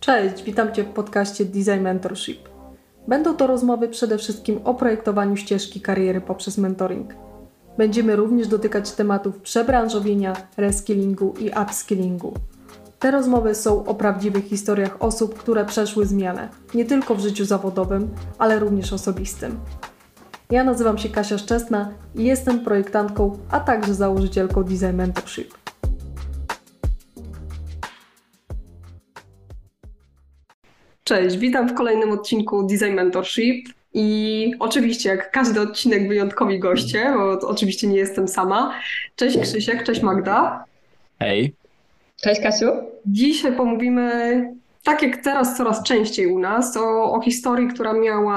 Cześć, witam Cię w podcaście Design Mentorship. Będą to rozmowy przede wszystkim o projektowaniu ścieżki kariery poprzez mentoring. Będziemy również dotykać tematów przebranżowienia, reskillingu i upskillingu. Te rozmowy są o prawdziwych historiach osób, które przeszły zmianę, nie tylko w życiu zawodowym, ale również osobistym. Ja nazywam się Kasia Szczesna i jestem projektantką, a także założycielką Design Mentorship. Cześć, witam w kolejnym odcinku Design Mentorship i oczywiście jak każdy odcinek wyjątkowi goście, bo oczywiście nie jestem sama. Cześć Krzysiek, cześć Magda. Hej. Cześć Kasiu. Dzisiaj pomówimy, tak jak teraz coraz częściej u nas, o historii, która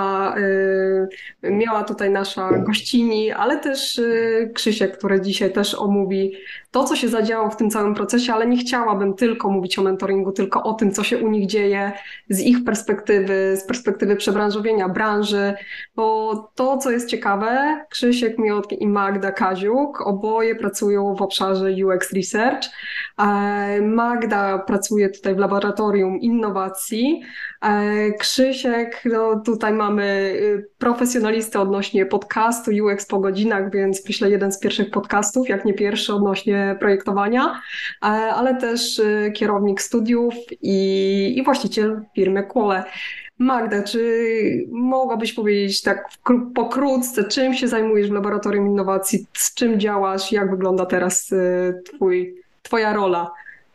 miała tutaj nasza gościni, ale też Krzysiek, który dzisiaj też omówi to, co się zadziało w tym całym procesie, ale nie chciałabym tylko mówić o mentoringu, tylko o tym, co się u nich dzieje z ich perspektywy, z perspektywy przebranżowienia branży, bo to, co jest ciekawe, Krzysiek Miotk i Magda Kaziuk, oboje pracują w obszarze UX Research. Magda pracuje tutaj w laboratorium innowacji. Krzysiek, no tutaj mamy profesjonalistę odnośnie podcastu UX po godzinach, więc myślę jeden z pierwszych podcastów, jak nie pierwszy odnośnie projektowania, ale też kierownik studiów i właściciel firmy Quole. Magda, czy mogłabyś powiedzieć tak pokrótce, czym się zajmujesz w laboratorium innowacji, z czym działasz, jak wygląda teraz twoja rola?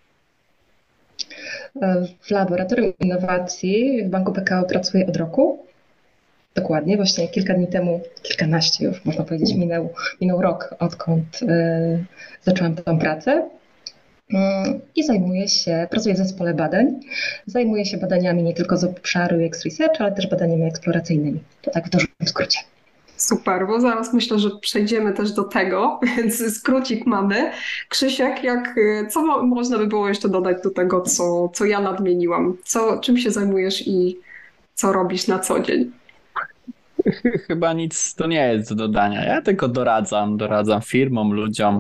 W laboratorium innowacji w Banku PKO pracuję od roku. Dokładnie, właśnie kilka dni temu, kilkanaście już można powiedzieć, minął rok, odkąd zaczęłam tę pracę. I pracuję w zespole badań. Zajmuję się badaniami nie tylko z obszaru UX Research, ale też badaniami eksploracyjnymi. To tak w dużym skrócie. Super, bo zaraz myślę, że przejdziemy też do tego, więc skrócik mamy. Krzysiek, co można by było jeszcze dodać do tego, co ja nadmieniłam? Czym się zajmujesz i co robisz na co dzień? Chyba nic to nie jest do dodania. Ja tylko doradzam firmom, ludziom,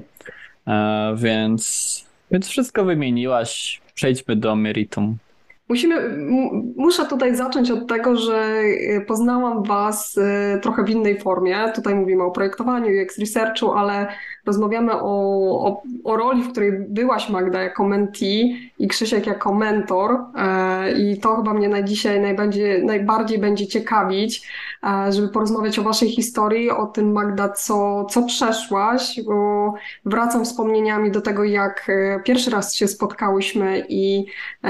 więc wszystko wymieniłaś. Przejdźmy do meritum. Muszę tutaj zacząć od tego, że poznałam Was trochę w innej formie. Tutaj mówimy o projektowaniu, UX Researchu, ale rozmawiamy o roli, w której byłaś Magda jako mentee i Krzysiek jako mentor. I to chyba mnie dzisiaj najbardziej będzie ciekawić, żeby porozmawiać o Waszej historii, o tym Magda, co przeszłaś, bo wracam wspomnieniami do tego, jak pierwszy raz się spotkałyśmy i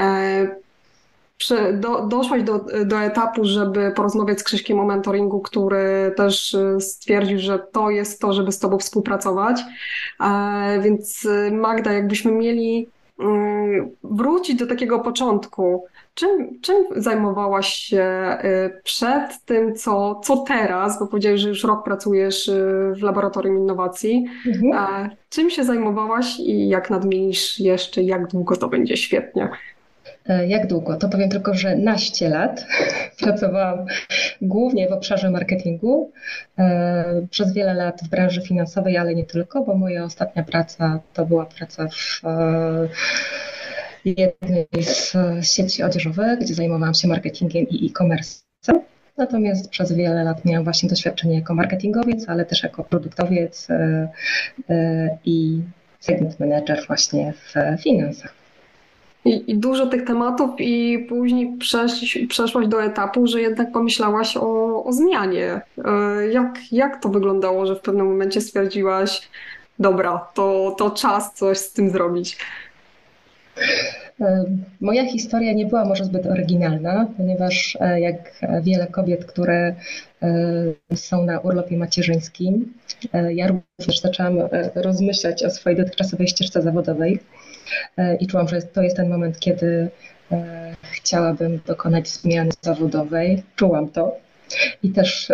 doszłaś do etapu, żeby porozmawiać z Krzyśkiem o mentoringu, który też stwierdził, że to jest to, żeby z Tobą współpracować. Więc Magda, jakbyśmy mieli wrócić do takiego początku, czym zajmowałaś się przed tym, co teraz, bo powiedziałeś, że już rok pracujesz w laboratorium innowacji. Czym się zajmowałaś i jak nadmienisz jeszcze, jak długo to będzie świetnie? Jak długo? To powiem tylko, że naście lat pracowałam głównie w obszarze marketingu. Przez wiele lat w branży finansowej, ale nie tylko, bo moja ostatnia praca to była praca w jednej z sieci odzieżowych, gdzie zajmowałam się marketingiem i e-commerce. Natomiast przez wiele lat miałam właśnie doświadczenie jako marketingowiec, ale też jako produktowiec i segment manager właśnie w finansach. I dużo tych tematów i później przeszłaś do etapu, że jednak pomyślałaś o zmianie. Jak to wyglądało, że w pewnym momencie stwierdziłaś, dobra, to czas coś z tym zrobić? Moja historia nie była może zbyt oryginalna, ponieważ jak wiele kobiet, które są na urlopie macierzyńskim, ja również zaczęłam rozmyślać o swojej dotychczasowej ścieżce zawodowej i czułam, że to jest ten moment, kiedy chciałabym dokonać zmiany zawodowej. Czułam to. I też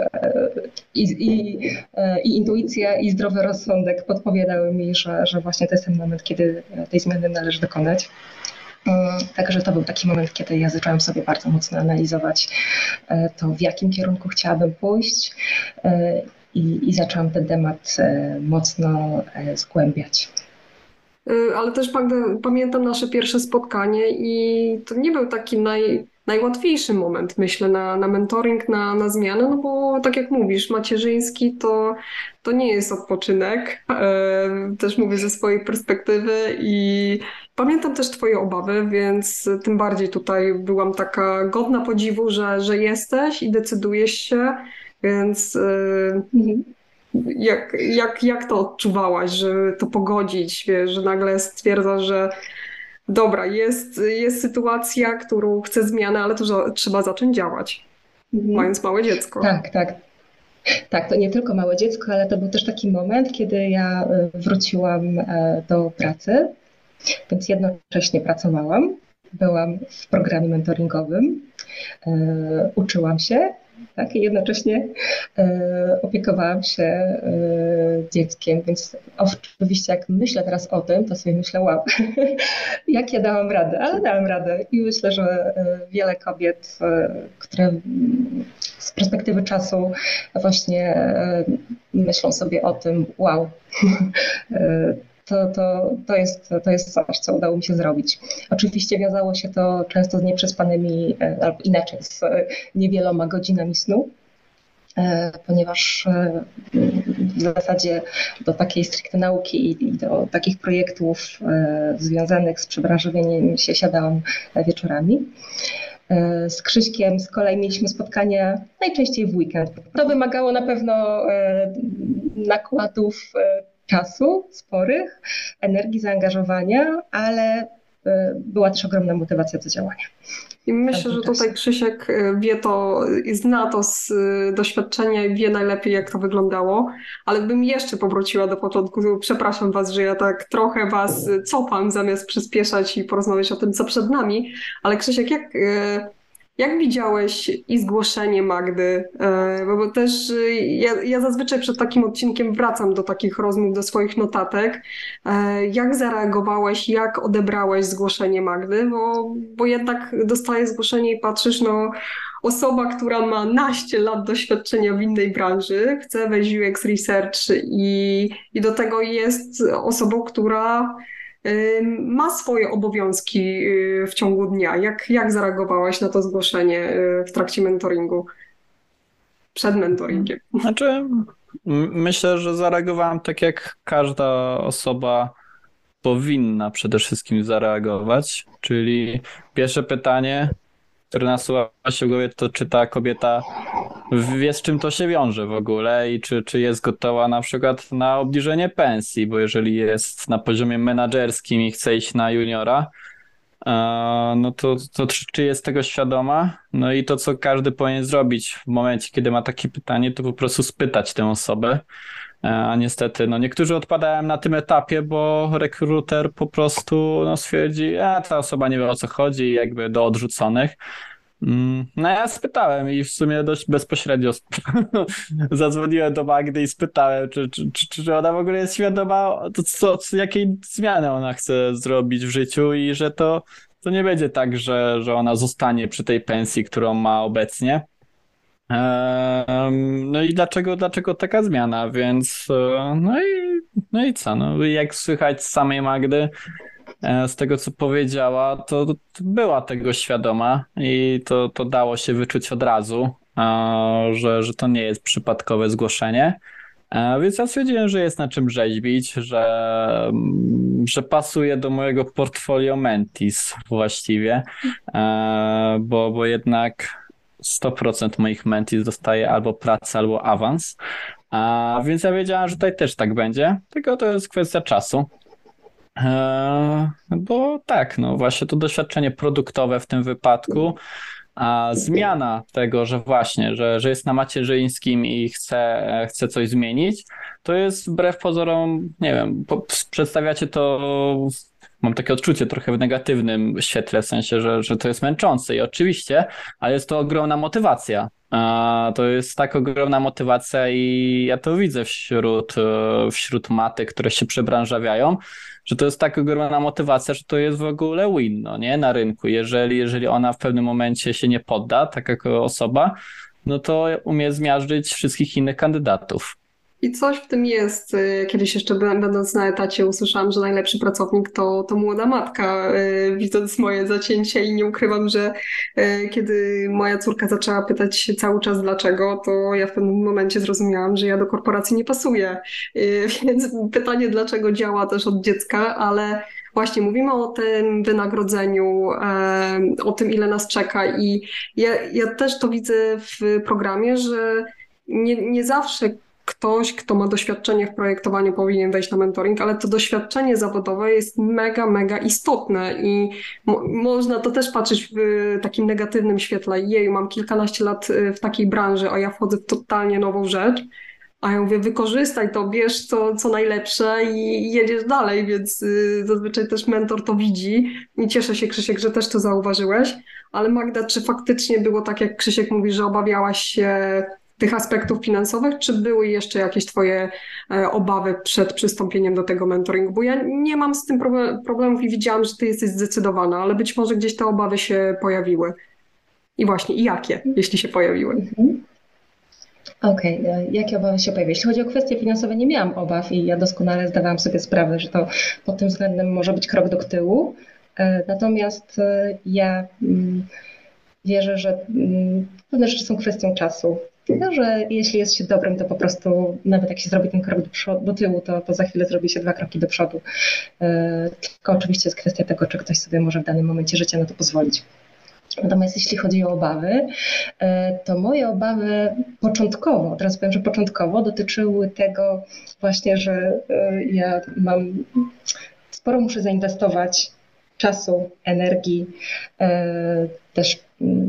i intuicja, i zdrowy rozsądek podpowiadały mi, że właśnie to jest ten moment, kiedy tej zmiany należy dokonać. Także to był taki moment, kiedy ja zaczęłam sobie bardzo mocno analizować to, w jakim kierunku chciałabym pójść i zaczęłam ten temat mocno zgłębiać. ale też pamiętam nasze pierwsze spotkanie i to nie był taki najłatwiejszy moment, myślę, na mentoring, na zmianę, no bo tak jak mówisz, macierzyński to nie jest odpoczynek. Też mówię ze swojej perspektywy i pamiętam też Twoje obawy, więc tym bardziej tutaj byłam taka godna podziwu, że jesteś i decydujesz się, więc Mhm. jak to odczuwałaś, że to pogodzić, wiesz, że nagle stwierdzasz, że dobra, jest sytuacja, którą chcę zmiany, ale to trzeba zacząć działać, Mhm. mając małe dziecko. Tak, tak. Tak, to nie tylko małe dziecko, ale to był też taki moment, kiedy ja wróciłam do pracy, więc jednocześnie pracowałam. Byłam w programie mentoringowym, uczyłam się, tak, i jednocześnie opiekowałam się dzieckiem, więc oczywiście jak myślę teraz o tym, to sobie myślę, wow, jak ja dałam radę, ale dałam radę i myślę, że wiele kobiet, które z perspektywy czasu właśnie myślą sobie o tym, wow, to jest coś, co udało mi się zrobić. Oczywiście wiązało się to często z nieprzespanymi, albo inaczej, z niewieloma godzinami snu, ponieważ w zasadzie do takiej stricte nauki i do takich projektów związanych z przebranżowieniem się siadałam wieczorami. Z Krzyśkiem z kolei mieliśmy spotkania najczęściej w weekend. To wymagało na pewno nakładów czasu sporych, energii, zaangażowania, ale była też ogromna motywacja do działania. I myślę, że tutaj Krzysiek wie to, zna to z doświadczenia i wie najlepiej, jak to wyglądało, ale bym jeszcze powróciła do początku. Przepraszam Was, że ja tak trochę Was cofam, zamiast przyspieszać i porozmawiać o tym, co przed nami, ale Krzysiek, jak widziałeś i zgłoszenie Magdy? Bo też ja zazwyczaj przed takim odcinkiem wracam do takich rozmów, do swoich notatek. Jak zareagowałeś, jak odebrałeś zgłoszenie Magdy? Bo jednak dostajesz zgłoszenie i patrzysz, no osoba, która ma naście lat doświadczenia w innej branży, chce wejść w UX Research i do tego jest osobą, która ma swoje obowiązki w ciągu dnia. Jak zareagowałaś na to zgłoszenie w trakcie mentoringu? Przed mentoringiem. Znaczy, myślę, że zareagowałem tak, jak każda osoba powinna przede wszystkim zareagować, czyli pierwsze pytanie, które nasuwa się w głowie, to czy ta kobieta wie, z czym to się wiąże w ogóle i czy jest gotowa na przykład na obniżenie pensji, bo jeżeli jest na poziomie menadżerskim i chce iść na juniora, no to czy jest tego świadoma? No i to, co każdy powinien zrobić w momencie, kiedy ma takie pytanie, to po prostu spytać tę osobę. A niestety, no niektórzy odpadają na tym etapie, bo rekruter po prostu stwierdzi, ta osoba nie wie, o co chodzi, i jakby do odrzuconych. No ja spytałem i w sumie dość bezpośrednio zadzwoniłem do Magdy i spytałem, czy ona w ogóle jest świadoma, jakiej zmiany ona chce zrobić w życiu i że to nie będzie tak, że ona zostanie przy tej pensji, którą ma obecnie. No i dlaczego taka zmiana? Więc no i co? No, jak słychać z samej Magdy, z tego co powiedziała, to była tego świadoma i to dało się wyczuć od razu, że to nie jest przypadkowe zgłoszenie. Więc ja stwierdziłem, że jest na czym rzeźbić, że pasuje do mojego portfolio Mentis właściwie, bo jednak 100% moich mentis dostaje albo pracę, albo awans. Więc ja wiedziałem, że tutaj też tak będzie, tylko to jest kwestia czasu. Bo tak, no właśnie to doświadczenie produktowe w tym wypadku, a zmiana tego, że właśnie, że jest na macierzyńskim i chce coś zmienić, to jest wbrew pozorom, nie wiem, przedstawiacie to, mam takie odczucie trochę w negatywnym świetle, w sensie, że to jest męczące i oczywiście, ale jest to ogromna motywacja. To jest tak ogromna motywacja i ja to widzę wśród matek, które się przebranżawiają, że to jest tak ogromna motywacja, że to jest w ogóle win, no nie, na rynku. Jeżeli ona w pewnym momencie się nie podda, tak jako osoba, no to umie zmiażdżyć wszystkich innych kandydatów. I coś w tym jest. Kiedyś jeszcze będąc na etacie usłyszałam, że najlepszy pracownik to młoda matka, widząc moje zacięcie i nie ukrywam, że kiedy moja córka zaczęła pytać się cały czas dlaczego, to ja w pewnym momencie zrozumiałam, że ja do korporacji nie pasuję. Więc pytanie dlaczego działa też od dziecka, ale właśnie mówimy o tym wynagrodzeniu, o tym ile nas czeka i ja też to widzę w programie, że nie zawsze ktoś, kto ma doświadczenie w projektowaniu, powinien wejść na mentoring, ale to doświadczenie zawodowe jest mega, mega istotne i można to też patrzeć w takim negatywnym świetle. Jej, mam kilkanaście lat w takiej branży, a ja wchodzę w totalnie nową rzecz. A ja mówię, wykorzystaj to, bierz co najlepsze i jedziesz dalej, więc zazwyczaj też mentor to widzi i cieszę się, Krzysiek, że też to zauważyłeś. Ale Magda, czy faktycznie było tak, jak Krzysiek mówi, że obawiałaś się tych aspektów finansowych, czy były jeszcze jakieś twoje obawy przed przystąpieniem do tego mentoringu? Bo ja nie mam z tym problemów i widziałam, że ty jesteś zdecydowana, ale być może gdzieś te obawy się pojawiły. I właśnie, i jakie, jeśli się pojawiły? Okej, jakie obawy się pojawiły? Jeśli chodzi o kwestie finansowe, nie miałam obaw i ja doskonale zdawałam sobie sprawę, że to pod tym względem może być krok do tyłu. Natomiast ja wierzę, że pewne rzeczy są kwestią czasu. No, że jeśli jest się dobrym, to po prostu nawet jak się zrobi ten krok do tyłu, to za chwilę zrobi się 2 kroki do przodu. Tylko oczywiście jest kwestia tego, czy ktoś sobie może w danym momencie życia na to pozwolić. Natomiast jeśli chodzi o obawy, to moje obawy początkowo, teraz powiem, że początkowo dotyczyły tego właśnie, że ja sporo muszę zainwestować czasu, energii, też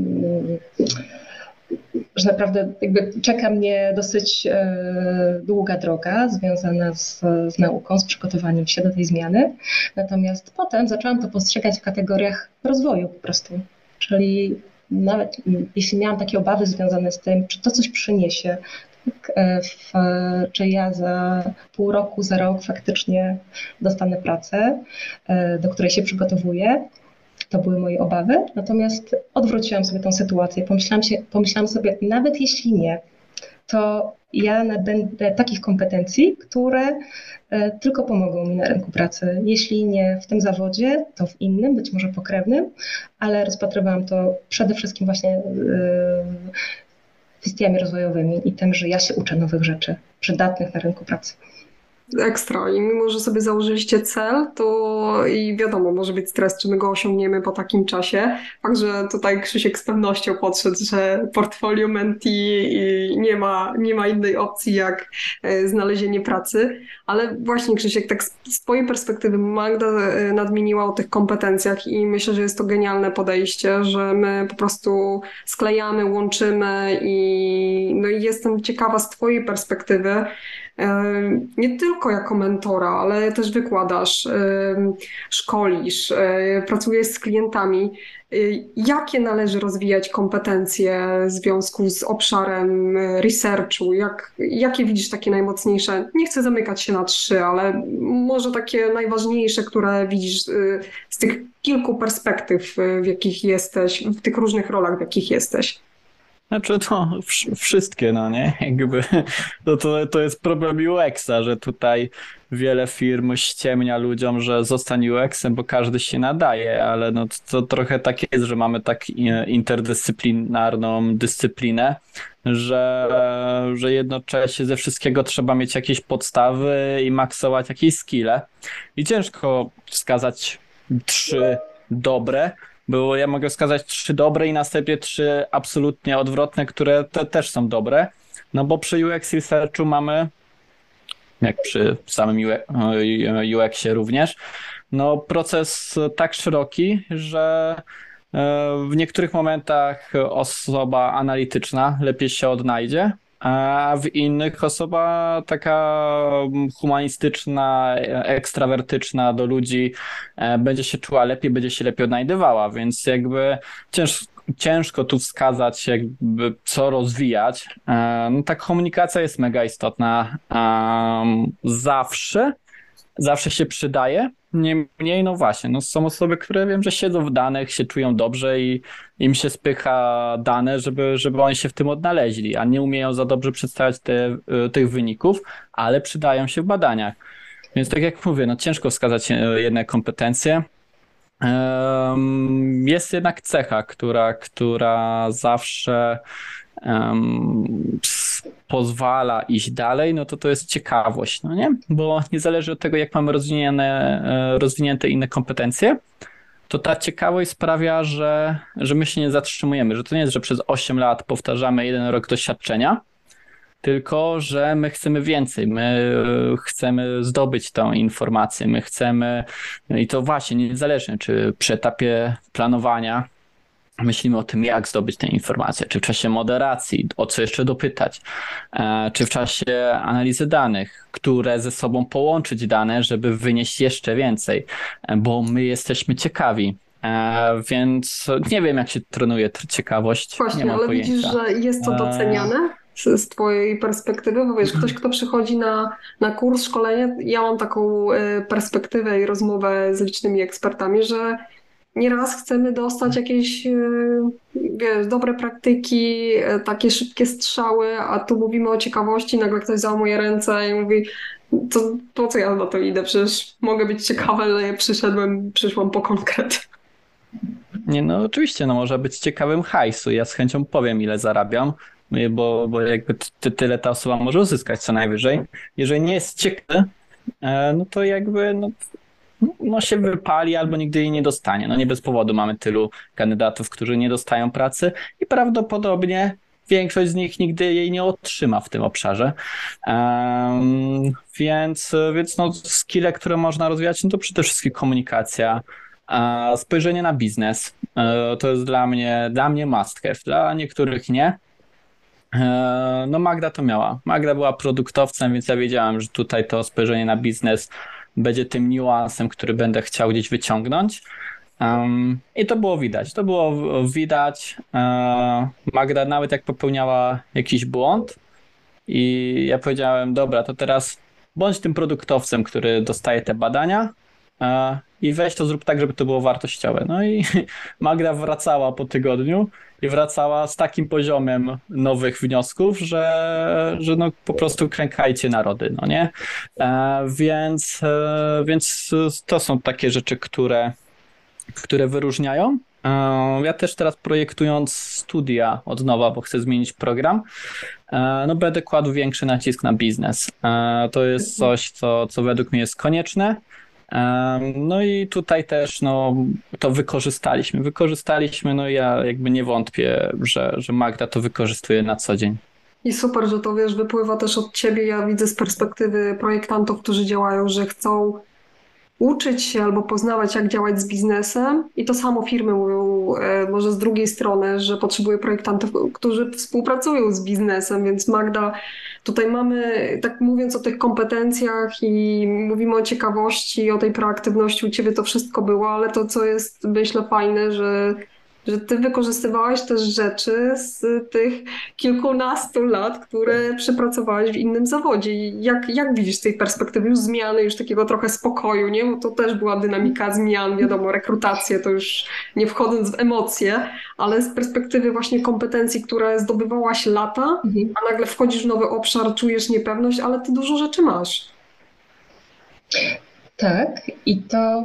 że naprawdę jakby czeka mnie dosyć długa droga związana z nauką, z przygotowaniem się do tej zmiany. Natomiast potem zaczęłam to postrzegać w kategoriach rozwoju po prostu. Czyli nawet jeśli miałam takie obawy związane z tym, czy to coś przyniesie, czy ja za pół roku, za rok faktycznie dostanę pracę, do której się przygotowuję, to były moje obawy. Natomiast odwróciłam sobie tą sytuację. Pomyślałam sobie, nawet jeśli nie, to ja nabędę takich kompetencji, które tylko pomogą mi na rynku pracy. Jeśli nie w tym zawodzie, to w innym, być może pokrewnym, ale rozpatrywałam to przede wszystkim właśnie kwestiami rozwojowymi i tym, że ja się uczę nowych rzeczy przydatnych na rynku pracy. Ekstra. I mimo, że sobie założyliście cel, to i wiadomo, może być stres, czy my go osiągniemy po takim czasie. Także tutaj Krzysiek z pewnością podszedł, że portfolio mentee i nie ma innej opcji jak znalezienie pracy. Ale właśnie Krzysiek, tak z twojej perspektywy Magda nadmieniła o tych kompetencjach i myślę, że jest to genialne podejście, że my po prostu sklejamy, łączymy i jestem ciekawa z twojej perspektywy, nie tylko jako mentora, ale też wykładasz, szkolisz, pracujesz z klientami. Jakie należy rozwijać kompetencje w związku z obszarem researchu? Jakie widzisz takie najmocniejsze? Nie chcę zamykać się na 3, ale może takie najważniejsze, które widzisz z tych kilku perspektyw, w jakich jesteś, w tych różnych rolach, w jakich jesteś. Znaczy to wszystkie, no nie? Jakby to jest problem UX-a, że tutaj wiele firm ściemnia ludziom, że zostań UX-em, bo każdy się nadaje, ale no to trochę tak jest, że mamy tak interdyscyplinarną dyscyplinę, że jednocześnie ze wszystkiego trzeba mieć jakieś podstawy i maksować jakieś skille. I ciężko wskazać 3 dobre, bo ja mogę wskazać 3 dobre i następnie 3 absolutnie odwrotne, które też są dobre. No bo przy UX Researchu mamy, jak przy samym UX-ie również, no proces tak szeroki, że w niektórych momentach osoba analityczna lepiej się odnajdzie, a w innych osoba taka humanistyczna, ekstrawertyczna do ludzi będzie się czuła lepiej, będzie się lepiej odnajdywała, więc jakby ciężko tu wskazać jakby co rozwijać. No ta komunikacja jest mega istotna zawsze się przydaje, Niemniej, no właśnie, no są osoby, które wiem, że siedzą w danych, się czują dobrze i im się spycha dane, żeby oni się w tym odnaleźli, a nie umieją za dobrze przedstawiać tych wyników, ale przydają się w badaniach. Więc tak jak mówię, no ciężko wskazać jedne kompetencje. Jest jednak cecha, która zawsze pozwala iść dalej, no to jest ciekawość, no nie? Bo niezależnie od tego, jak mamy rozwinięte inne kompetencje, to ta ciekawość sprawia, że my się nie zatrzymujemy, że to nie jest, że przez 8 lat powtarzamy 1 rok doświadczenia, tylko że my chcemy więcej, my chcemy zdobyć tą informację, my chcemy, i to właśnie niezależnie, czy przy etapie planowania myślimy o tym, jak zdobyć tę informację, czy w czasie moderacji, o co jeszcze dopytać, czy w czasie analizy danych, które ze sobą połączyć dane, żeby wynieść jeszcze więcej, bo my jesteśmy ciekawi. Więc nie wiem, jak się trenuje ciekawość. Właśnie, nie mam ale pojęcia. widzisz, że jest to doceniane z twojej perspektywy, bo wiesz, ktoś, kto przychodzi na kurs, szkolenie, ja mam taką perspektywę i rozmowę z licznymi ekspertami, że nieraz chcemy dostać jakieś, wiesz, dobre praktyki, takie szybkie strzały, a tu mówimy o ciekawości, nagle ktoś załamuje ręce i mówi, to po co ja na to idę? Przecież mogę być ciekawa, ale ja przyszłam po konkret. Nie, no oczywiście, no może być ciekawym hajsu. Ja z chęcią powiem, ile zarabiam, bo jakby tyle ta osoba może uzyskać co najwyżej. Jeżeli nie jest ciekawy, no to jakby no się wypali albo nigdy jej nie dostanie. No nie bez powodu mamy tylu kandydatów, którzy nie dostają pracy i prawdopodobnie większość z nich nigdy jej nie otrzyma w tym obszarze. Więc no skille, które można rozwijać, no to przede wszystkim komunikacja, spojrzenie na biznes. To jest dla mnie must have, dla niektórych nie. No Magda to miała. Magda była produktowcem, więc ja wiedziałem, że tutaj to spojrzenie na biznes będzie tym niuansem, który będę chciał gdzieś wyciągnąć. I to było widać. Magda nawet jak popełniała jakiś błąd i ja powiedziałem, dobra, to teraz bądź tym produktowcem, który dostaje te badania i weź to zrób tak, żeby to było wartościowe. No i Magda wracała po tygodniu i wracała z takim poziomem nowych wniosków, że no po prostu krękajcie narody, no nie? Więc to są takie rzeczy, które wyróżniają. Ja też teraz projektując studia od nowa, bo chcę zmienić program, no będę kładł większy nacisk na biznes. To jest coś, co według mnie jest konieczne. No i tutaj też to wykorzystaliśmy, no i ja jakby nie wątpię, że Magda to wykorzystuje na co dzień. I super, że to wiesz, wypływa też od ciebie. Ja widzę z perspektywy projektantów, którzy działają, że chcą uczyć się albo poznawać, jak działać z biznesem. I to samo firmy mówią, może z drugiej strony, że potrzebują projektantów, którzy współpracują z biznesem. Więc Magda, tutaj mamy, tak mówiąc o tych kompetencjach i mówimy o ciekawości, o tej proaktywności, u ciebie to wszystko było, ale to, co jest, myślę, fajne, że ty wykorzystywałaś też rzeczy z tych kilkunastu lat, które przepracowałaś w innym zawodzie. I jak widzisz z tej perspektywy już zmiany, już takiego trochę spokoju, nie? Bo to też była dynamika zmian, wiadomo, rekrutacje, to już nie wchodząc w emocje, ale z perspektywy właśnie kompetencji, które zdobywałaś lata, a nagle wchodzisz w nowy obszar, czujesz niepewność, ale ty dużo rzeczy masz. Tak, i to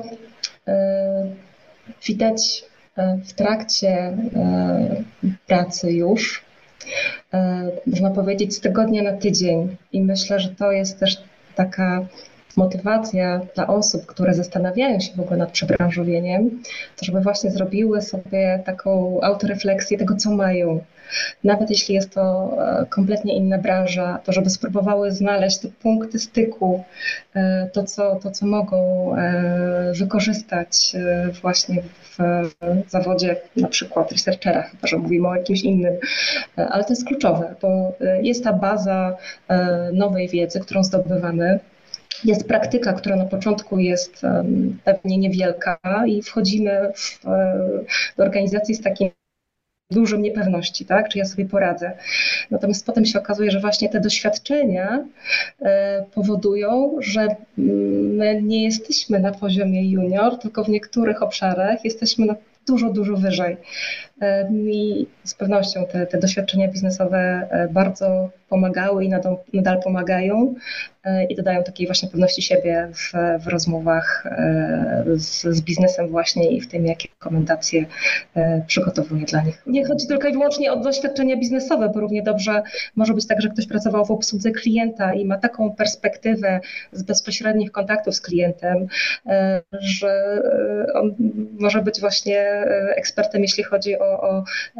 widać w trakcie pracy już, można powiedzieć, z tygodnia na tydzień. I myślę, że to jest też taka motywacja dla osób, które zastanawiają się w ogóle nad przebranżowieniem, to żeby właśnie zrobiły sobie taką autorefleksję tego, co mają. Nawet jeśli jest to kompletnie inna branża, to żeby spróbowały znaleźć te punkty styku, to co mogą wykorzystać właśnie w zawodzie na przykład researchera, chyba że mówimy o jakimś innym, ale to jest kluczowe, bo jest ta baza nowej wiedzy, którą zdobywamy. Jest praktyka, która na początku jest pewnie niewielka i wchodzimy do organizacji z takim dużym niepewności, tak? Czy ja sobie poradzę. Natomiast potem się okazuje, że właśnie te doświadczenia powodują, że my nie jesteśmy na poziomie junior, tylko w niektórych obszarach jesteśmy na dużo wyżej. Mi z pewnością te doświadczenia biznesowe bardzo pomagały i nadal pomagają i dodają takiej właśnie pewności siebie w rozmowach z biznesem właśnie i w tym, jakie rekomendacje przygotowuję dla nich. Nie chodzi tylko i wyłącznie o doświadczenia biznesowe, bo równie dobrze może być tak, że ktoś pracował w obsłudze klienta i ma taką perspektywę z bezpośrednich kontaktów z klientem, że on może być właśnie ekspertem, jeśli chodzi o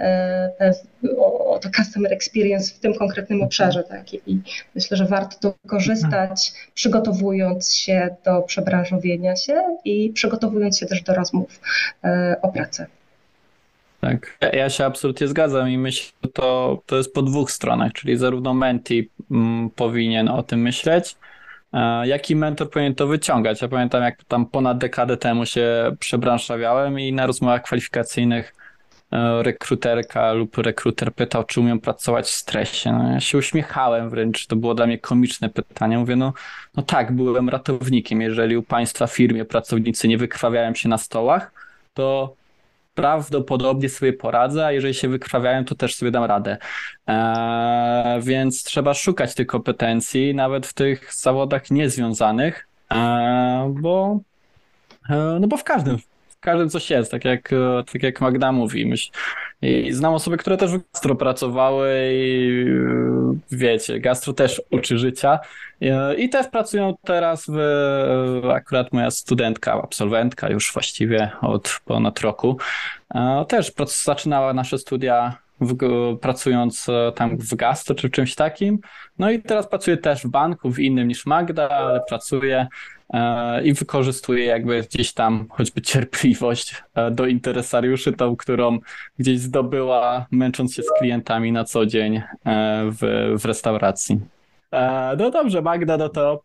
to customer experience w tym konkretnym obszarze. Tak? I myślę, że warto to korzystać, przygotowując się do przebranżowienia się i przygotowując się też do rozmów o pracę. Tak, ja się absolutnie zgadzam i myślę, że to jest po dwóch stronach, czyli zarówno mentee powinien o tym myśleć, jak i mentor powinien to wyciągać. Ja pamiętam, jak tam ponad dekadę temu się przebranżawiałem i na rozmowach kwalifikacyjnych rekruterka lub rekruter pytał, czy umiem pracować w stresie. No, ja się uśmiechałem wręcz, to było dla mnie komiczne pytanie. Mówię, no tak, byłem ratownikiem. Jeżeli u państwa w firmie pracownicy nie wykrwawiają się na stołach, to prawdopodobnie sobie poradzę, a jeżeli się wykrwawiają, to też sobie dam radę. Więc trzeba szukać tych kompetencji, nawet w tych zawodach niezwiązanych, bo w każdym coś jest, tak jak Magda mówi. I znam osoby, które też w gastro pracowały i wiecie, gastro też uczy życia i też pracują teraz akurat moja studentka, absolwentka już właściwie od ponad roku, też zaczynała nasze studia pracując tam w gastro czy w czymś takim, no i teraz pracuje też w banku, w innym niż Magda, ale pracuje i wykorzystuje jakby gdzieś tam choćby cierpliwość do interesariuszy, tą, którą gdzieś zdobyła, męcząc się z klientami na co dzień w restauracji. No dobrze, Magda, no to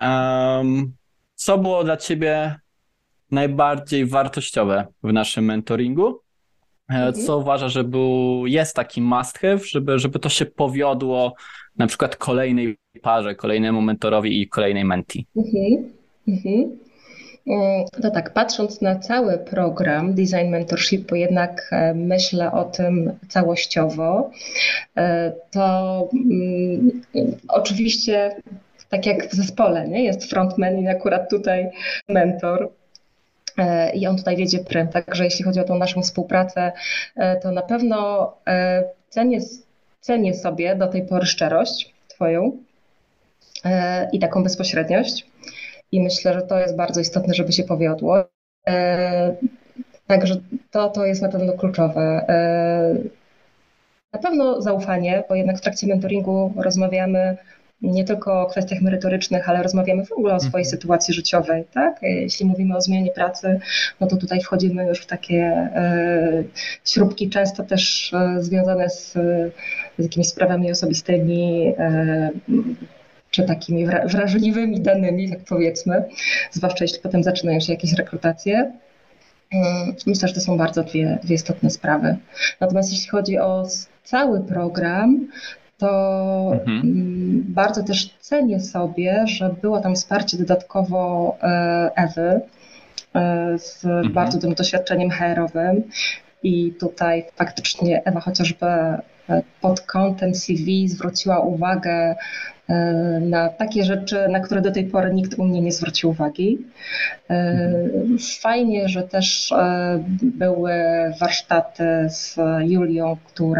co było dla ciebie najbardziej wartościowe w naszym mentoringu? Co uważasz, że jest taki must have, żeby to się powiodło na przykład kolejnej parze, kolejnemu mentorowi i kolejnej mentee? No tak, patrząc na cały program Design Mentorship, bo jednak myślę o tym całościowo, to oczywiście tak jak w zespole, nie? Jest frontman i akurat tutaj mentor. I on tutaj wiedzie prym. Także jeśli chodzi o tą naszą współpracę, to na pewno cenię sobie do tej pory szczerość twoją i taką bezpośredniość. I myślę, że to jest bardzo istotne, żeby się powiodło. Także to jest na pewno kluczowe. Na pewno zaufanie, bo jednak w trakcie mentoringu rozmawiamy nie tylko o kwestiach merytorycznych, ale rozmawiamy w ogóle o swojej sytuacji życiowej, tak? Jeśli mówimy o zmianie pracy, no to tutaj wchodzimy już w takie śrubki, często też związane z jakimiś sprawami osobistymi, czy takimi wrażliwymi danymi, tak powiedzmy, zwłaszcza jeśli potem zaczynają się jakieś rekrutacje. Myślę, że to są bardzo dwie istotne sprawy. Natomiast jeśli chodzi o cały program, to bardzo też cenię sobie, że było tam wsparcie dodatkowo Ewy z bardzo dużym doświadczeniem HR-owym i tutaj faktycznie Ewa chociażby pod kątem CV zwróciła uwagę na takie rzeczy, na które do tej pory nikt u mnie nie zwrócił uwagi. Fajnie, że też były warsztaty z Julią,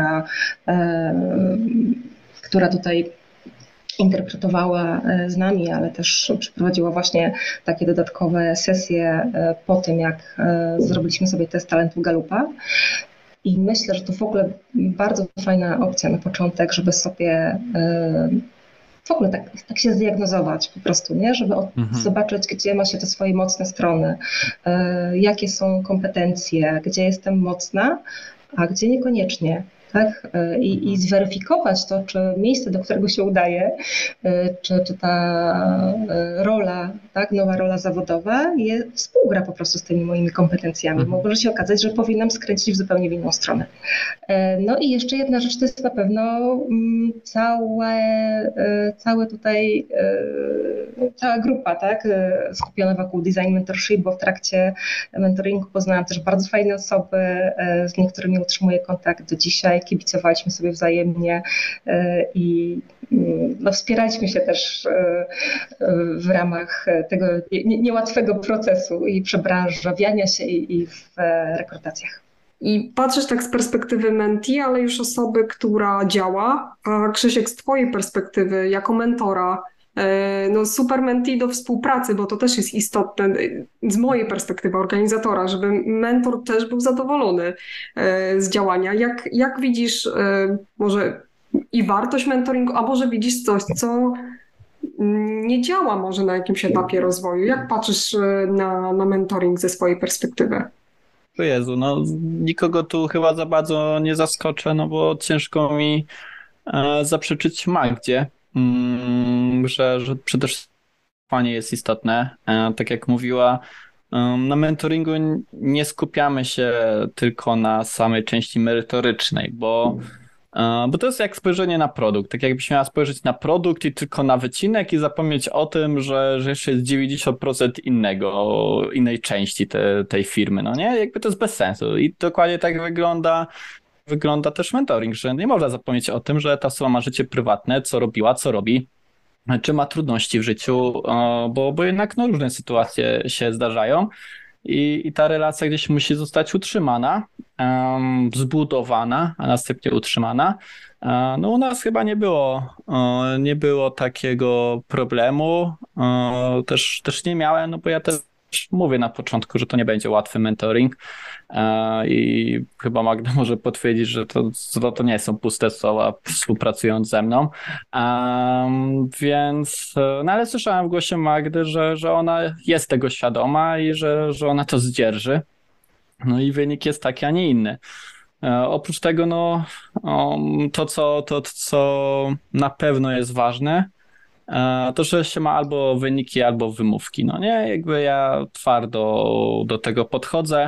która tutaj interpretowała z nami, ale też przeprowadziła właśnie takie dodatkowe sesje po tym, jak zrobiliśmy sobie test talentu Galupa. I myślę, że to w ogóle bardzo fajna opcja na początek, żeby sobie w ogóle tak się zdiagnozować po prostu, nie? Żeby zobaczyć, gdzie ma się te swoje mocne strony, jakie są kompetencje, gdzie jestem mocna, a gdzie niekoniecznie. tak? I zweryfikować to, czy miejsce, do którego się udaje, czy ta rola, tak, nowa rola zawodowa współgra po prostu z tymi moimi kompetencjami. Bo może się okazać, że powinnam skręcić w zupełnie w inną stronę. No i jeszcze jedna rzecz to jest na pewno całe tutaj, cała grupa, tak, skupiona wokół design mentorship, bo w trakcie mentoringu poznałam też bardzo fajne osoby, z niektórymi utrzymuję kontakt do dzisiaj, kibicowaliśmy sobie wzajemnie i no, wspieraliśmy się też w ramach tego niełatwego procesu i przebranżawiania się i w rekrutacjach. I patrzysz tak z perspektywy mentee, ale już osoby, która działa, a Krzysiek z twojej perspektywy jako mentora, no super mentee do współpracy, bo to też jest istotne z mojej perspektywy organizatora, żeby mentor też był zadowolony z działania. Jak widzisz może i wartość mentoringu, a może widzisz coś, co nie działa może na jakimś etapie rozwoju? Jak patrzysz na mentoring ze swojej perspektywy? O Jezu, no nikogo tu chyba za bardzo nie zaskoczę, no bo ciężko mi zaprzeczyć Magdzie, że przede wszystkim fanie jest istotne. Tak jak mówiła, na mentoringu nie skupiamy się tylko na samej części merytorycznej, bo to jest jak spojrzenie na produkt. Tak jakbyś miała spojrzeć na produkt i tylko na wycinek i zapomnieć o tym, że jeszcze jest 90% innej części tej firmy. No nie? Jakby to jest bez sensu. I dokładnie tak wygląda też mentoring, że nie można zapomnieć o tym, że ta osoba ma życie prywatne, co robiła, co robi, czy ma trudności w życiu, bo jednak no, różne sytuacje się zdarzają. I ta relacja gdzieś musi zostać utrzymana, zbudowana, a następnie utrzymana. No u nas chyba nie było takiego problemu. Też nie miałem, no bo ja też mówię na początku, że to nie będzie łatwy mentoring i chyba Magda może potwierdzić, że to nie są puste słowa współpracując ze mną. Więc, no ale słyszałem w głosie Magdy, że ona jest tego świadoma i że ona to zdzierży. No i wynik jest taki, a nie inny. Oprócz tego, no, to co na pewno jest ważne, to, że się ma albo wyniki, albo wymówki. No nie, jakby ja twardo do tego podchodzę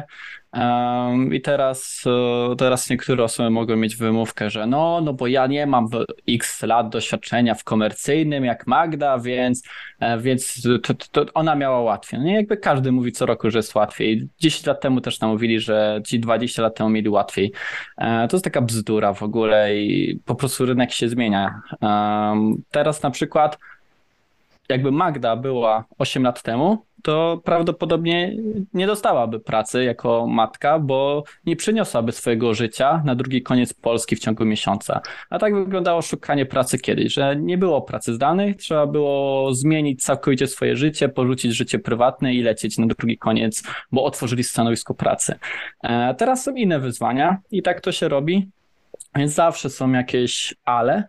i teraz niektóre osoby mogą mieć wymówkę, że no bo ja nie mam x lat doświadczenia w komercyjnym jak Magda, więc to ona miała łatwiej. No nie, jakby każdy mówi co roku, że jest łatwiej. 10 lat temu też nam mówili, że ci 20 lat temu mieli łatwiej. To jest taka bzdura w ogóle i po prostu rynek się zmienia. Teraz na przykład jakby Magda była 8 lat temu, to prawdopodobnie nie dostałaby pracy jako matka, bo nie przyniosłaby swojego życia na drugi koniec Polski w ciągu miesiąca. A tak wyglądało szukanie pracy kiedyś, że nie było pracy zdalnej, trzeba było zmienić całkowicie swoje życie, porzucić życie prywatne i lecieć na drugi koniec, bo otworzyli stanowisko pracy. Teraz są inne wyzwania i tak to się robi, więc zawsze są jakieś ale.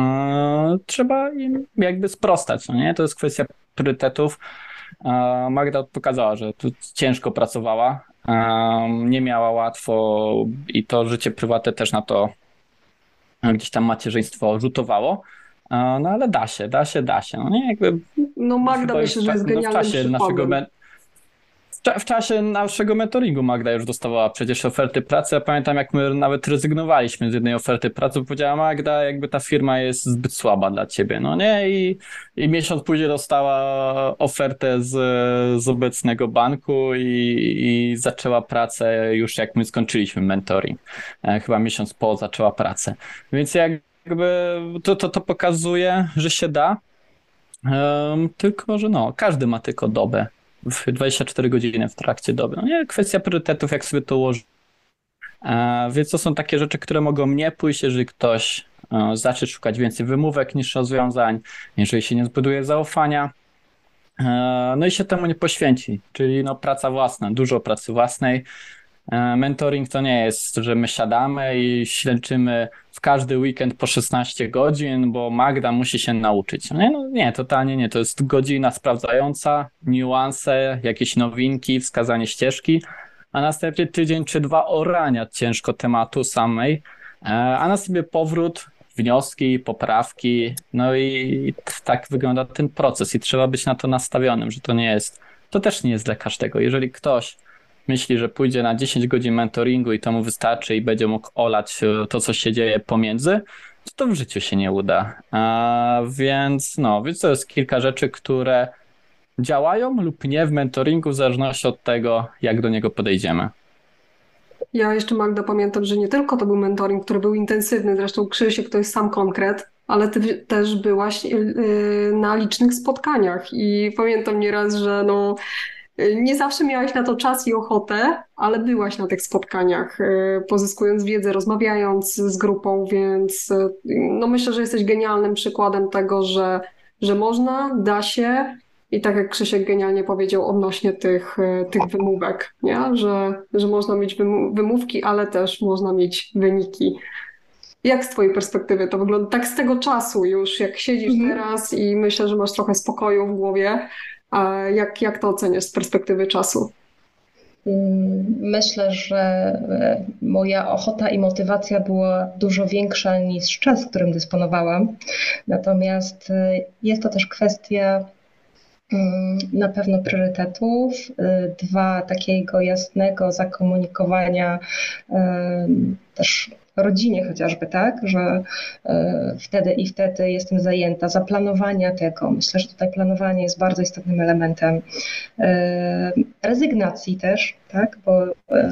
Trzeba im jakby sprostać, no nie? To jest kwestia priorytetów. Magda pokazała, że tu ciężko pracowała, nie miała łatwo i to życie prywatne też na to gdzieś tam macierzyństwo rzutowało, no ale da się. No nie? Jakby no Magda myślę, że jest genialnym przykładem. W czasie naszego mentoringu Magda już dostawała przecież oferty pracy. Ja pamiętam, jak my nawet rezygnowaliśmy z jednej oferty pracy, bo powiedziała Magda, jakby ta firma jest zbyt słaba dla ciebie, no nie? I miesiąc później dostała ofertę z obecnego banku i zaczęła pracę już jak my skończyliśmy mentoring. Chyba miesiąc po zaczęła pracę. Więc jakby to pokazuje, że się da, tylko że no, każdy ma tylko dobę. W 24 godziny w trakcie doby. No nie, kwestia priorytetów, jak sobie to ułożyć. Więc to są takie rzeczy, które mogą nie pójść, jeżeli ktoś zacznie szukać więcej wymówek niż rozwiązań, jeżeli się nie zbuduje zaufania, no i się temu nie poświęci. Czyli no, praca własna, dużo pracy własnej. Mentoring to nie jest, że my siadamy i ślęczymy w każdy weekend po 16 godzin, bo Magda musi się nauczyć. No nie, totalnie nie. To jest godzina sprawdzająca, niuanse, jakieś nowinki, wskazanie ścieżki, a następnie tydzień czy dwa orania ciężko tematu samej, a następnie powrót, wnioski, poprawki, no i tak wygląda ten proces i trzeba być na to nastawionym, że to też nie jest dla każdego. Jeżeli ktoś myśli, że pójdzie na 10 godzin mentoringu i to mu wystarczy i będzie mógł olać to, co się dzieje pomiędzy, to w życiu się nie uda. Więc to jest kilka rzeczy, które działają lub nie w mentoringu w zależności od tego, jak do niego podejdziemy. Ja jeszcze, Magda, pamiętam, że nie tylko to był mentoring, który był intensywny, zresztą Krzysiek to jest sam konkret, ale ty też byłaś na licznych spotkaniach i pamiętam nieraz, że nie zawsze miałaś na to czas i ochotę, ale byłaś na tych spotkaniach, pozyskując wiedzę, rozmawiając z grupą, więc myślę, że jesteś genialnym przykładem tego, że można, da się i tak jak Krzysiek genialnie powiedział odnośnie tych wymówek, nie? Że można mieć wymówki, ale też można mieć wyniki. Jak z twojej perspektywy to wygląda? Tak z tego czasu już, jak siedzisz teraz i myślę, że masz trochę spokoju w głowie, a jak to oceniasz z perspektywy czasu? Myślę, że moja ochota i motywacja była dużo większa niż czas, którym dysponowałam. Natomiast jest to też kwestia na pewno priorytetów, dwa, takiego jasnego zakomunikowania też rodzinie chociażby, tak, że wtedy i wtedy jestem zajęta, zaplanowania tego. Myślę, że tutaj planowanie jest bardzo istotnym elementem rezygnacji też, tak, bo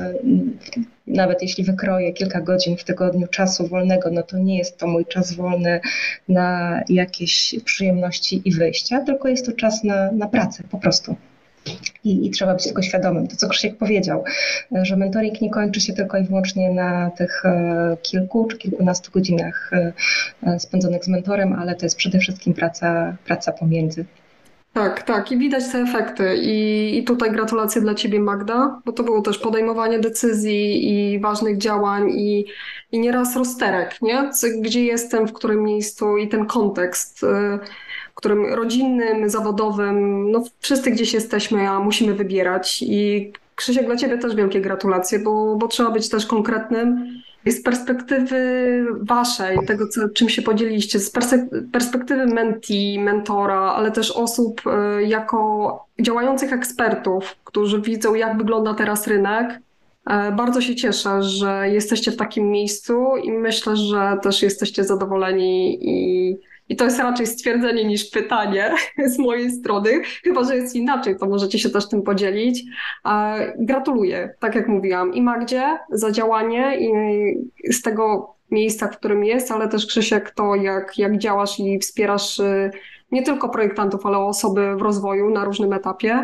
nawet jeśli wykroję kilka godzin w tygodniu czasu wolnego, no to nie jest to mój czas wolny na jakieś przyjemności i wyjścia, tylko jest to czas na pracę po prostu. I trzeba być tego świadomym. To, co Krzysiek powiedział, że mentoring nie kończy się tylko i wyłącznie na tych kilku czy kilkunastu godzinach spędzonych z mentorem, ale to jest przede wszystkim praca pomiędzy. Tak. I widać te efekty. I tutaj gratulacje dla ciebie, Magda, bo to było też podejmowanie decyzji i ważnych działań i nieraz rozterek, nie? Gdzie jestem, w którym miejscu i ten kontekst, w którym rodzinnym, zawodowym, wszyscy gdzieś jesteśmy, a musimy wybierać. I Krzysiek, dla ciebie też wielkie gratulacje, bo trzeba być też konkretnym. I z perspektywy waszej, tego, czym się podzieliliście, z perspektywy mentee, mentora, ale też osób jako działających ekspertów, którzy widzą, jak wygląda teraz rynek, bardzo się cieszę, że jesteście w takim miejscu i myślę, że też jesteście zadowoleni i to jest raczej stwierdzenie niż pytanie z mojej strony. Chyba że jest inaczej, to możecie się też tym podzielić. Gratuluję, tak jak mówiłam, i Magdzie za działanie i z tego miejsca, w którym jest, ale też Krzysiek to, jak działasz i wspierasz nie tylko projektantów, ale osoby w rozwoju na różnym etapie.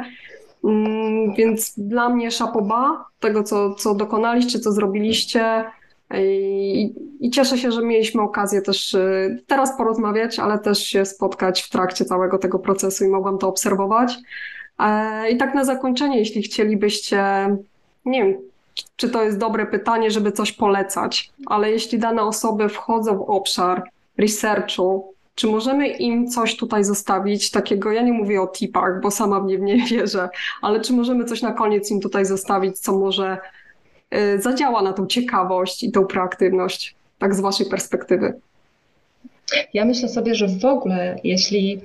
Więc dla mnie chapeau bas tego, co dokonaliście, co zrobiliście. I cieszę się, że mieliśmy okazję też teraz porozmawiać, ale też się spotkać w trakcie całego tego procesu i mogłam to obserwować. I tak na zakończenie, jeśli chcielibyście, nie wiem, czy to jest dobre pytanie, żeby coś polecać, ale jeśli dane osoby wchodzą w obszar researchu, czy możemy im coś tutaj zostawić takiego, ja nie mówię o tipach, bo sama w nie wierzę, ale czy możemy coś na koniec im tutaj zostawić, co może zadziała na tą ciekawość i tą proaktywność, tak z waszej perspektywy? Ja myślę sobie, że w ogóle, jeśli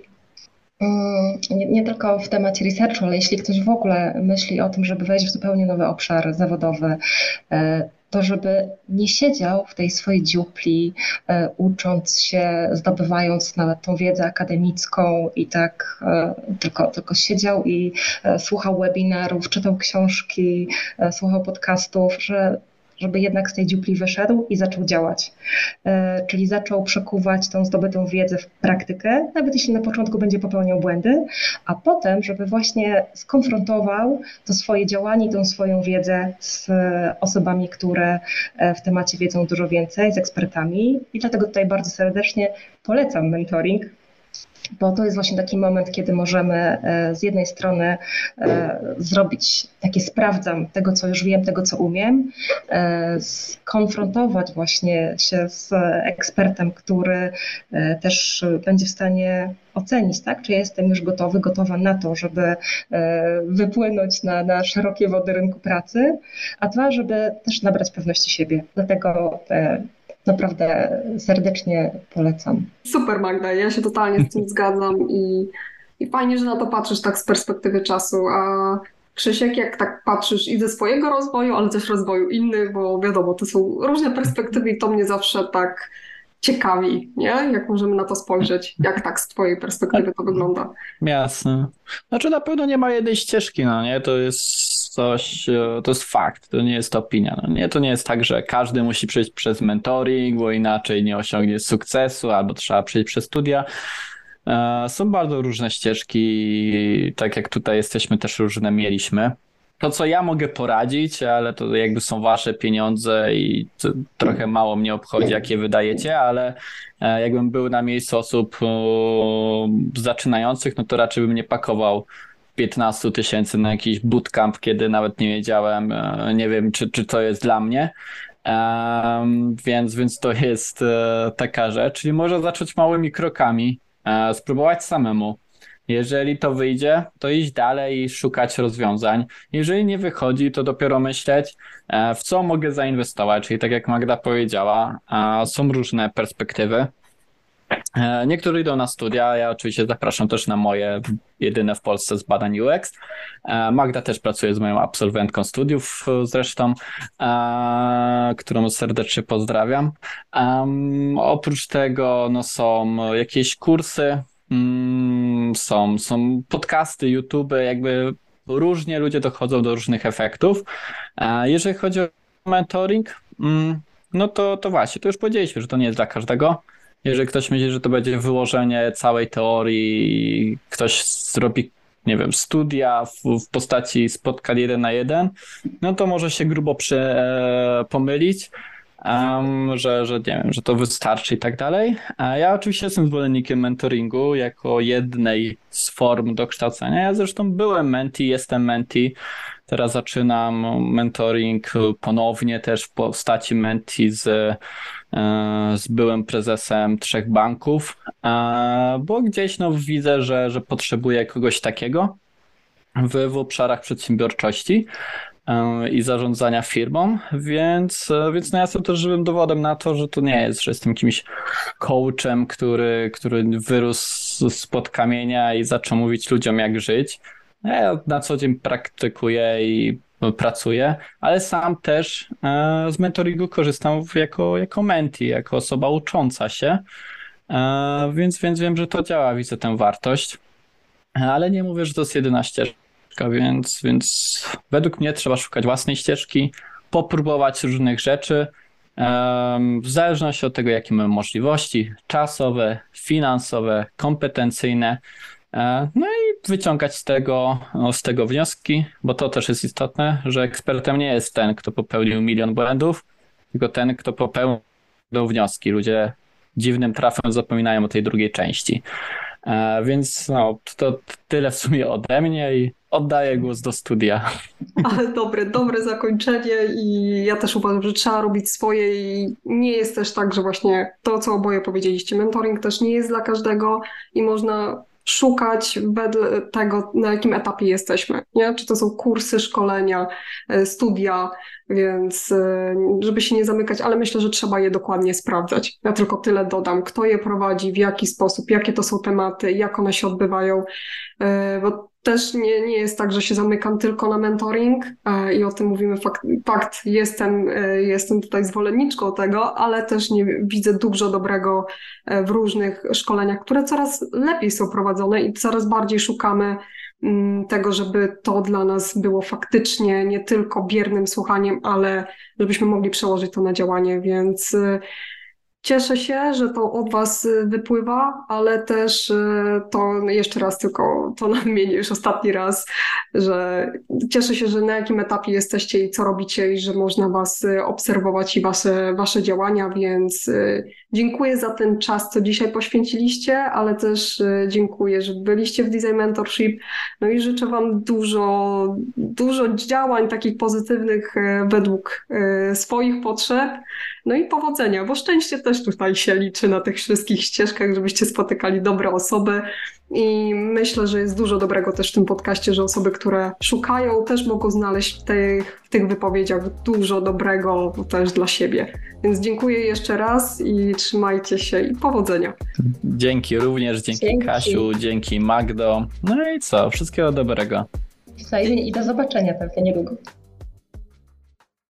nie tylko w temacie researchu, ale jeśli ktoś w ogóle myśli o tym, żeby wejść w zupełnie nowy obszar zawodowy, to żeby nie siedział w tej swojej dziupli, ucząc się, zdobywając nawet tą wiedzę akademicką i tak tylko siedział i słuchał webinarów, czytał książki, słuchał podcastów, żeby jednak z tej dziupli wyszedł i zaczął działać. Czyli zaczął przekuwać tą zdobytą wiedzę w praktykę, nawet jeśli na początku będzie popełniał błędy, a potem, żeby właśnie skonfrontował to swoje działanie i tą swoją wiedzę z osobami, które w temacie wiedzą dużo więcej, z ekspertami. I dlatego tutaj bardzo serdecznie polecam mentoring, bo to jest właśnie taki moment, kiedy możemy z jednej strony zrobić takie sprawdzam tego, co już wiem, tego, co umiem, skonfrontować właśnie się z ekspertem, który też będzie w stanie ocenić, tak, czy ja jestem już gotowy, gotowa na to, żeby wypłynąć na szerokie wody rynku pracy, a dwa, żeby też nabrać pewności siebie. Dlatego naprawdę serdecznie polecam. Super, Magda, ja się totalnie z tym zgadzam i fajnie, że na to patrzysz tak z perspektywy czasu, a Krzysiek, jak tak patrzysz i ze swojego rozwoju, ale też rozwoju innych, bo wiadomo, to są różne perspektywy i to mnie zawsze tak ciekawi, nie? Jak możemy na to spojrzeć, jak tak z twojej perspektywy to wygląda. Jasne. Znaczy na pewno nie ma jednej ścieżki, no nie? To jest coś, to jest fakt, to nie jest opinia, no nie? To nie jest tak, że każdy musi przejść przez mentoring, bo inaczej nie osiągnie sukcesu, albo trzeba przejść przez studia. Są bardzo różne ścieżki, tak jak tutaj jesteśmy też różne mieliśmy. To, co ja mogę poradzić, ale to jakby są wasze pieniądze i trochę mało mnie obchodzi, jakie wydajecie, ale jakbym był na miejscu osób zaczynających, no to raczej bym nie pakował 15 000 na jakiś bootcamp, kiedy nawet nie wiedziałem, nie wiem, czy to jest dla mnie. Więc to jest taka rzecz, czyli można zacząć małymi krokami, spróbować samemu. Jeżeli to wyjdzie, to iść dalej i szukać rozwiązań. Jeżeli nie wychodzi, to dopiero myśleć, w co mogę zainwestować. Czyli tak jak Magda powiedziała, są różne perspektywy. Niektórzy idą na studia, ja oczywiście zapraszam też na moje jedyne w Polsce z badań UX. Magda też pracuje z moją absolwentką studiów zresztą, którą serdecznie pozdrawiam. Oprócz tego no, są jakieś kursy, są podcasty, YouTube, jakby różnie ludzie dochodzą do różnych efektów. Jeżeli chodzi o mentoring, no to właśnie, to już powiedzieliśmy, że to nie jest dla każdego. Jeżeli ktoś myśli, że to będzie wyłożenie całej teorii, ktoś zrobi, nie wiem, studia w postaci spotkań 1 na 1, no to może się grubo pomylić, że nie wiem, że to wystarczy i tak dalej. A ja oczywiście jestem zwolennikiem mentoringu jako jednej z form dokształcenia. Ja zresztą byłem mentee, jestem mentee. Teraz zaczynam mentoring ponownie też w postaci mentee z byłym prezesem 3 banków, bo gdzieś no, widzę, że potrzebuję kogoś takiego w obszarach przedsiębiorczości i zarządzania firmą, więc no ja jestem też żywym dowodem na to, że to nie jest, że jestem kimś coachem, który wyrósł spod kamienia i zaczął mówić ludziom jak żyć. Ja na co dzień praktykuję i pracuję, ale sam też z mentoringu korzystam jako mentee, jako osoba ucząca się, więc wiem, że to działa, widzę tę wartość, ale nie mówię, że to jest jedyna ścieżka, więc według mnie trzeba szukać własnej ścieżki, popróbować różnych rzeczy, w zależności od tego, jakie mamy możliwości czasowe, finansowe, kompetencyjne. No i wyciągać z tego wnioski, bo to też jest istotne, że ekspertem nie jest ten, kto popełnił 1 000 000 błędów, tylko ten, kto popełnił wnioski. Ludzie dziwnym trafem zapominają o tej drugiej części. Więc no, to tyle w sumie ode mnie i oddaję głos do studia. Ale dobre zakończenie i ja też uważam, że trzeba robić swoje i nie jest też tak, że właśnie to, co oboje powiedzieliście, mentoring też nie jest dla każdego i można szukać wedle tego, na jakim etapie jesteśmy, nie? Czy to są kursy, szkolenia, studia, więc żeby się nie zamykać, ale myślę, że trzeba je dokładnie sprawdzać. Ja tylko tyle dodam, kto je prowadzi, w jaki sposób, jakie to są tematy, jak one się odbywają, bo też nie jest tak, że się zamykam tylko na mentoring i o tym mówimy fakt jestem tutaj zwolenniczką tego, ale też nie widzę dużo dobrego w różnych szkoleniach, które coraz lepiej są prowadzone i coraz bardziej szukamy tego, żeby to dla nas było faktycznie nie tylko biernym słuchaniem, ale żebyśmy mogli przełożyć to na działanie, więc cieszę się, że to od Was wypływa, ale też to jeszcze raz tylko to nadmienię już ostatni raz, że cieszę się, że na jakim etapie jesteście i co robicie i że można Was obserwować i Wasze działania, więc dziękuję za ten czas, co dzisiaj poświęciliście, ale też dziękuję, że byliście w Design Mentorship. No i życzę Wam dużo działań takich pozytywnych według swoich potrzeb, No i powodzenia, bo szczęście też tutaj się liczy na tych wszystkich ścieżkach, żebyście spotykali dobre osoby i myślę, że jest dużo dobrego też w tym podcaście, że osoby, które szukają, też mogą znaleźć w tych wypowiedziach dużo dobrego też dla siebie. Więc dziękuję jeszcze raz i trzymajcie się i powodzenia. Dzięki również, dzięki Kasiu, dzięki Magdo. No i co, wszystkiego dobrego. Wzajemnie i do zobaczenia pewnie niedługo.